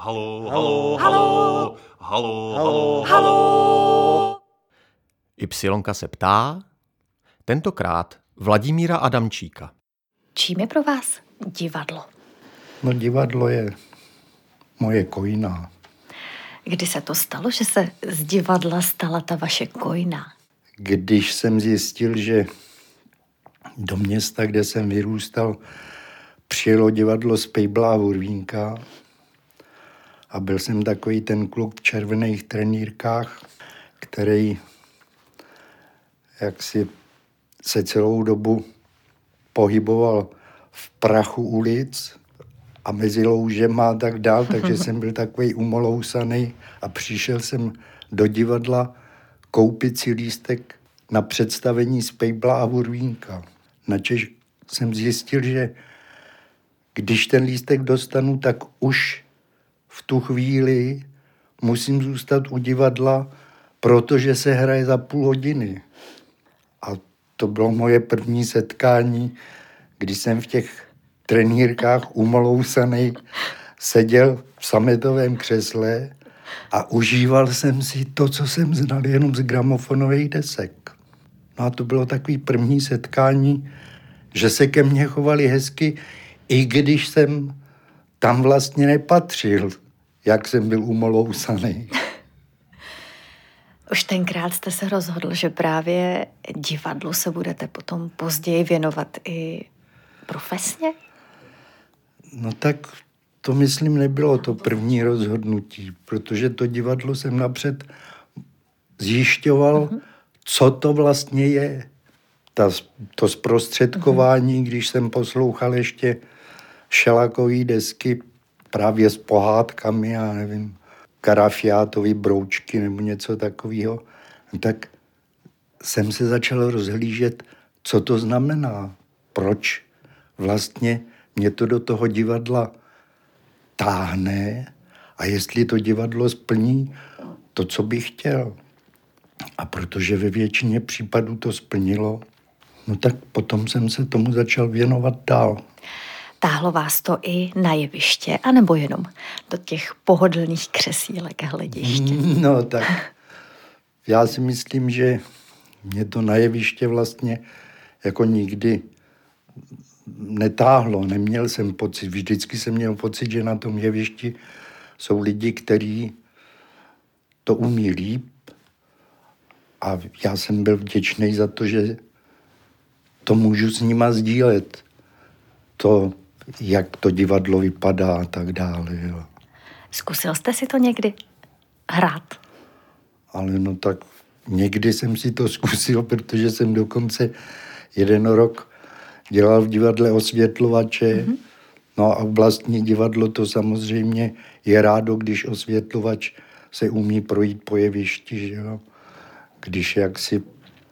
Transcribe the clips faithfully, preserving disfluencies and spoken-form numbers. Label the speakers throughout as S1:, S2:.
S1: Halo, halo, halo, halo, halo,
S2: halo. Ypsilonka se ptá, tentokrát Vladimíra Adamčíka.
S3: Čím je pro vás divadlo?
S4: No divadlo je moje kojina.
S3: Kdy se to stalo, že se z divadla stala ta vaše kojina?
S4: Když jsem zjistil, že do města, kde jsem vyrůstal, přijelo divadlo z Pejbla a Hurvínka a byl jsem takový ten kluk v červených trenýrkách, který jaksi se celou dobu pohyboval v prachu ulic a mezi loužema a tak dál, takže jsem byl takový umolousaný a přišel jsem do divadla koupit si lístek na představení z Pejbla a Hurvínka. Načež jsem zjistil, že když ten lístek dostanu, tak už v tu chvíli musím zůstat u divadla, protože se hraje za půl hodiny. A to bylo moje první setkání, kdy jsem v těch trenýrkách umolousaný seděl v sametovém křesle a užíval jsem si to, co jsem znal jenom z gramofonových desek. No a to bylo takový první setkání, že se ke mně chovali hezky, i když jsem tam vlastně nepatřil, jak jsem byl umolousaný.
S3: Už tenkrát jste se rozhodl, že právě divadlu se budete potom později věnovat i profesně?
S4: No tak to, myslím, nebylo to první rozhodnutí, protože to divadlo jsem napřed zjišťoval, uh-huh. co to vlastně je. Ta, to zprostředkování, uh-huh. když jsem poslouchal ještě šelakový desky právě s pohádkami, já nevím, Karafiátovy broučky nebo něco takového, tak jsem se začal rozhlížet, co to znamená, proč vlastně mě to do toho divadla táhne a jestli to divadlo splní to, co bych chtěl. A protože ve většině případů to splnilo, no tak potom jsem se tomu začal věnovat dál.
S3: Táhlo vás to i na jeviště, anebo jenom do těch pohodlných křesílek a hlediště?
S4: No tak já si myslím, že mě to na jeviště vlastně jako nikdy netáhlo. Neměl jsem pocit, vždycky jsem měl pocit, že na tom jevišti jsou lidi, kteří to umí líp a já jsem byl vděčný za to, že to můžu s nima sdílet. To, jak to divadlo vypadá a tak dále. Jo.
S3: Zkusil jste si to někdy hrát?
S4: Ale no tak někdy jsem si to zkusil, protože jsem dokonce jeden rok dělal v divadle osvětlovače. Mm-hmm. No a vlastní divadlo to samozřejmě je rádo, když osvětlovač se umí projít po jevišti, že jo. Když jaksi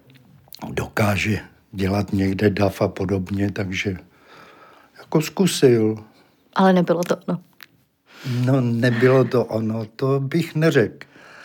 S4: dokáže dělat někde dav a podobně, takže jako zkusil.
S3: Ale nebylo to ono.
S4: No nebylo to ono, to bych neřekl.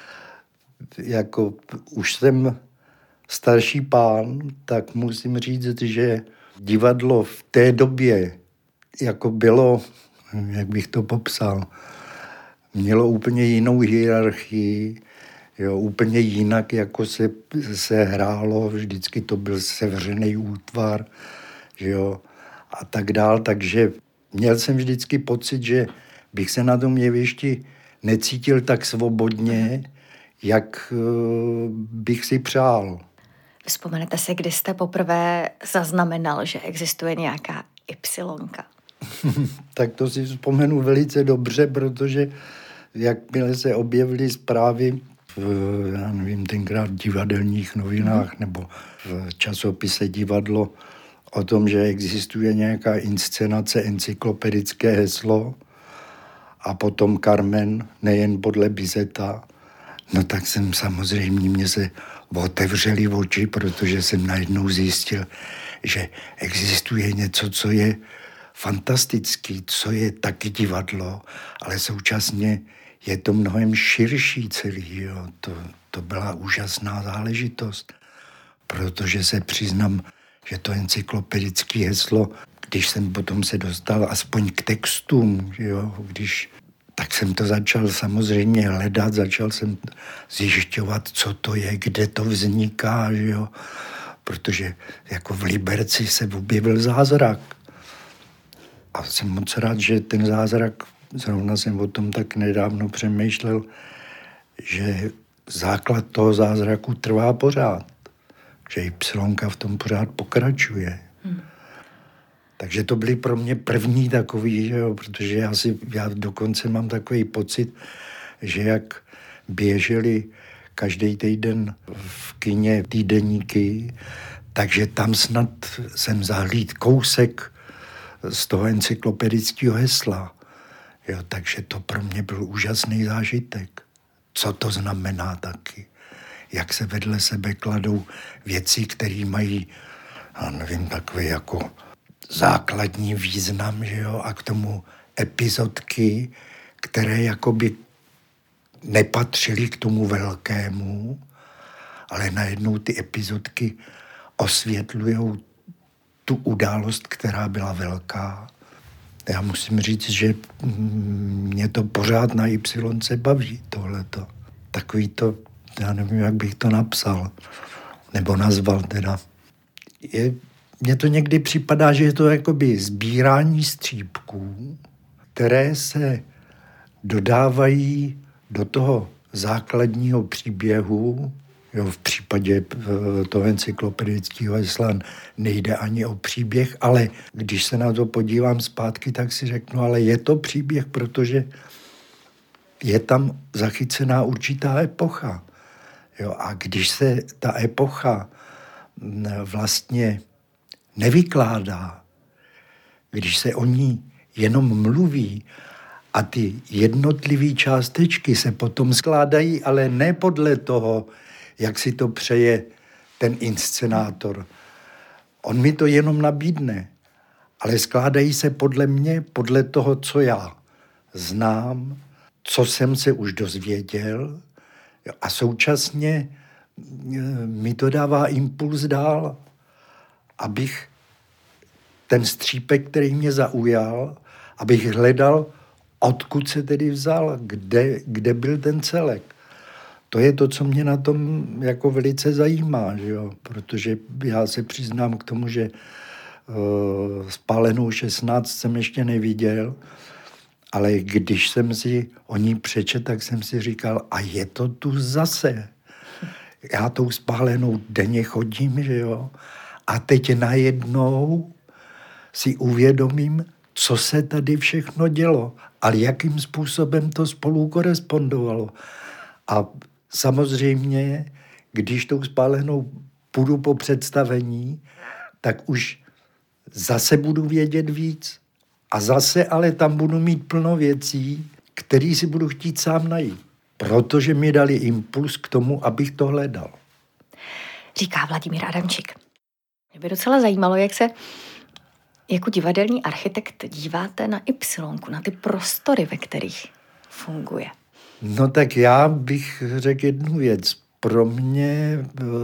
S4: Jako už jsem starší pán, tak musím říct, že divadlo v té době jako bylo, jak bych to popsal, mělo úplně jinou hierarchii, jo, úplně jinak, jako se, se hrálo, vždycky to byl sevřený útvar, že jo, a tak dál, takže měl jsem vždycky pocit, že bych se na tom jevišti necítil tak svobodně, jak bych si přál.
S3: Vzpomenete si, kdy jste poprvé zaznamenal, že existuje nějaká Ypsilonka?
S4: Tak to si vzpomenu velice dobře, protože jakmile se objevily zprávy v, já nevím, tenkrát v divadelních novinách mm. nebo v časopise Divadlo o tom, že existuje nějaká inscenace Encyklopedické heslo a potom Carmen, nejen podle Bizeta, no tak jsem samozřejmě, mě se otevřely oči, protože jsem najednou zjistil, že existuje něco, co je fantastický, co je taky divadlo, ale současně je to mnohem širší celý. Jo. To, to byla úžasná záležitost, protože se přiznám, že to encyklopedické heslo, když jsem potom se dostal aspoň k textům, jo, když tak jsem to začal samozřejmě hledat, začal jsem zjišťovat, co to je, kde to vzniká, že jo? Protože jako v Liberci se objevil zázrak. A jsem moc rád, že ten zázrak, zrovna jsem o tom tak nedávno přemýšlel, že základ toho zázraku trvá pořád. Že Ypsilonka v tom pořád pokračuje. Hmm. Takže to byly pro mě první takový, že jo, protože já, si, já dokonce mám takový pocit, že jak běželi každý týden v kině týdeníky, takže tam snad jsem zahlídl kousek z toho encyklopedického hesla. Jo, takže to pro mě byl úžasný zážitek. Co to znamená taky? Jak se vedle sebe kladou věci, které mají, já nevím, takový jako základní význam, že jo, a k tomu epizodky, které jakoby nepatřily k tomu velkému, ale najednou ty epizodky osvětlujou tu událost, která byla velká. Já musím říct, že mě to pořád na Ypsilonce baví, tohleto. Takový to, já nevím, jak bych to napsal, nebo nazval teda. Je, mně to někdy připadá, že je to jakoby sbírání střípků, které se dodávají do toho základního příběhu. Jo, v případě toho encyklopedického hesla nejde ani o příběh, ale když se na to podívám zpátky, tak si řeknu, ale je to příběh, protože je tam zachycená určitá epocha. Jo, a když se ta epocha vlastně nevykládá, když se o ní jenom mluví a ty jednotlivé částečky se potom skládají, ale ne podle toho, jak si to přeje ten inscenátor. On mi to jenom nabídne, ale skládají se podle mě, podle toho, co já znám, co jsem se už dozvěděl a současně mi to dává impuls dál, abych ten střípek, který mě zaujal, abych hledal, odkud se tedy vzal, kde, kde byl ten celek. To je to, co mě na tom jako velice zajímá, že jo? Protože já se přiznám k tomu, že uh, Spálenou šestnáct jsem ještě neviděl, ale když jsem si o ní přečetl, tak jsem si říkal, a je to tu zase. Já tou Spálenou denně chodím, že jo? A teď najednou si uvědomím, co se tady všechno dělo, ale jakým způsobem to spolu korespondovalo. A samozřejmě, když tou Spálenou půjdu po představení, tak už zase budu vědět víc. A zase ale tam budu mít plno věcí, které si budu chtít sám najít. Protože mi dali impuls k tomu, abych to hledal.
S3: Říká Vladimír Adamčík. Mě by docela zajímalo, jak se jako divadelní architekt díváte na Ypsilonku, na ty prostory, ve kterých funguje.
S4: No tak já bych řekl jednu věc. Pro mě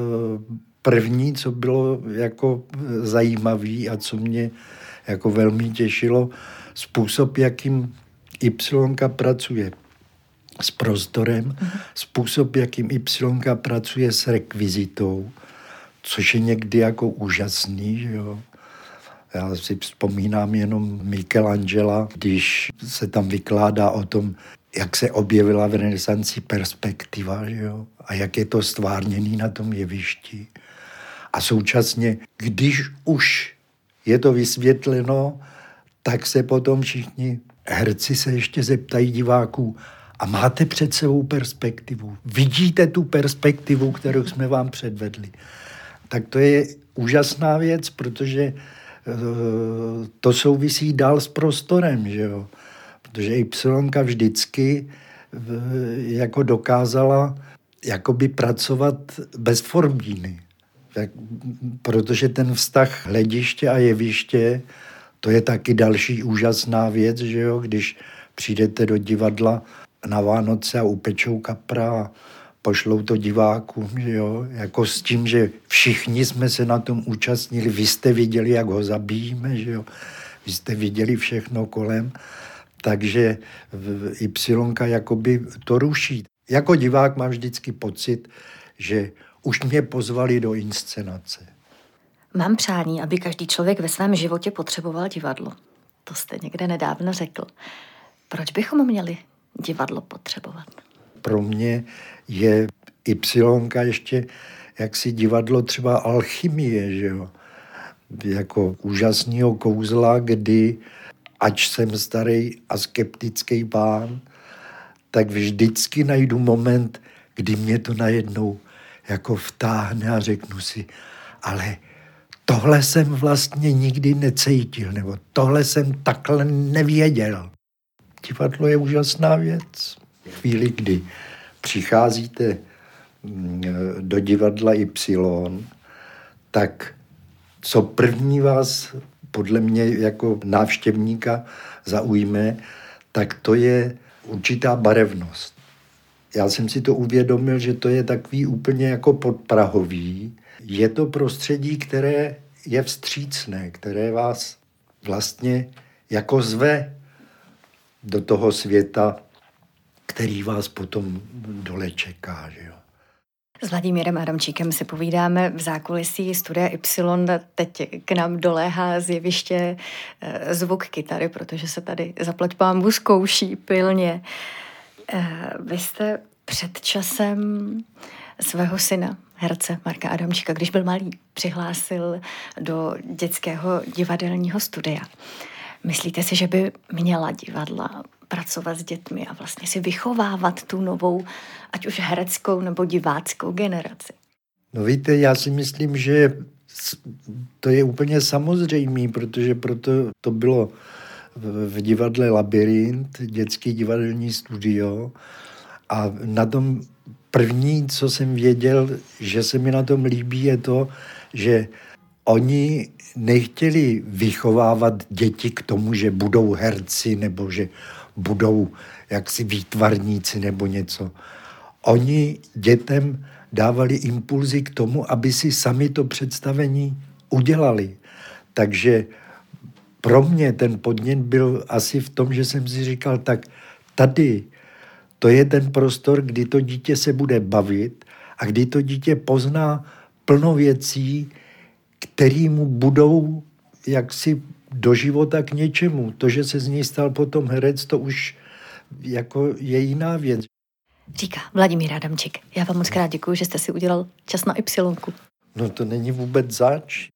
S4: první, co bylo jako zajímavý a co mě jako velmi těšilo, způsob, jakým Ypsilonka pracuje s prostorem, mm-hmm. způsob, jakým Ypsilonka pracuje s rekvizitou, což je někdy jako úžasný, že jo. Já si vzpomínám jenom Michelangela, když se tam vykládá o tom, jak se objevila v renesanci perspektiva, že jo? A jak je to stvárněný na tom jevišti. A současně, když už je to vysvětleno, tak se potom všichni herci se ještě zeptají diváků, a máte před sebou perspektivu? Vidíte tu perspektivu, kterou jsme vám předvedli? Tak to je úžasná věc, protože to souvisí dál s prostorem, že jo? Protože Ypsilonka vždycky jako dokázala jakoby pracovat bez formíny. Tak, protože ten vztah hlediště a jeviště, to je taky další úžasná věc, že jo? Když přijdete do divadla na Vánoce a upečou kapra a pošlou to divákům, že jo? Jako s tím, že všichni jsme se na tom účastnili, vy jste viděli, jak ho zabijíme, že jo? Vy jste viděli všechno kolem, takže Ypsilonka jakoby to ruší. Jako divák mám vždycky pocit, že už mě pozvali do inscenace.
S3: Mám přání, aby každý člověk ve svém životě potřeboval divadlo. To jste někde nedávno řekl. Proč bychom měli divadlo potřebovat?
S4: Pro mě je Ypsilonka ještě jaksi divadlo třeba alchymie, že jo? Jako úžasného kouzla, kdy, ač jsem starý a skeptický pán, tak vždycky najdu moment, kdy mě to najednou jako vtáhne a řeknu si, ale tohle jsem vlastně nikdy necítil, nebo tohle jsem takhle nevěděl. Divadlo je úžasná věc. V chvíli, kdy přicházíte do divadla Y, tak co první vás podle mě jako návštěvníka zaujme, tak to je určitá barevnost. Já jsem si to uvědomil, že to je takový úplně jako podprahový. Je to prostředí, které je vstřícné, které vás vlastně jako zve do toho světa, který vás potom dole čeká. Že jo?
S3: S Vladimírem Adamčíkem si povídáme v zákulisí Studia Y. Teď k nám doléhá z jeviště zvuk kytary, protože se tady zaplať pánbůh zkouší pilně. Vy jste před časem svého syna, herce Marka Adamčíka, když byl malý, přihlásil do dětského divadelního studia. Myslíte si, že by měla divadla pracovat s dětmi a vlastně si vychovávat tu novou, ať už hereckou nebo diváckou generaci?
S4: No víte, já si myslím, že to je úplně samozřejmé, protože proto to bylo v divadle Labyrint, dětský divadelní studio, a na tom první, co jsem věděl, že se mi na tom líbí, je to, že oni nechtěli vychovávat děti k tomu, že budou herci nebo že budou jaksi výtvarníci nebo něco. Oni dětem dávali impulzy k tomu, aby si sami to představení udělali. Takže pro mě ten podnět byl asi v tom, že jsem si říkal, tak tady to je ten prostor, kdy to dítě se bude bavit a kdy to dítě pozná plno věcí, který mu budou jaksi do života k něčemu. To, že se z něj stal potom herec, to už jako je jiná věc.
S3: Říká Vladimír Adamčík. Já vám moc krát děkuju, že jste si udělal čas na Ypsilonku.
S4: No to není vůbec zač.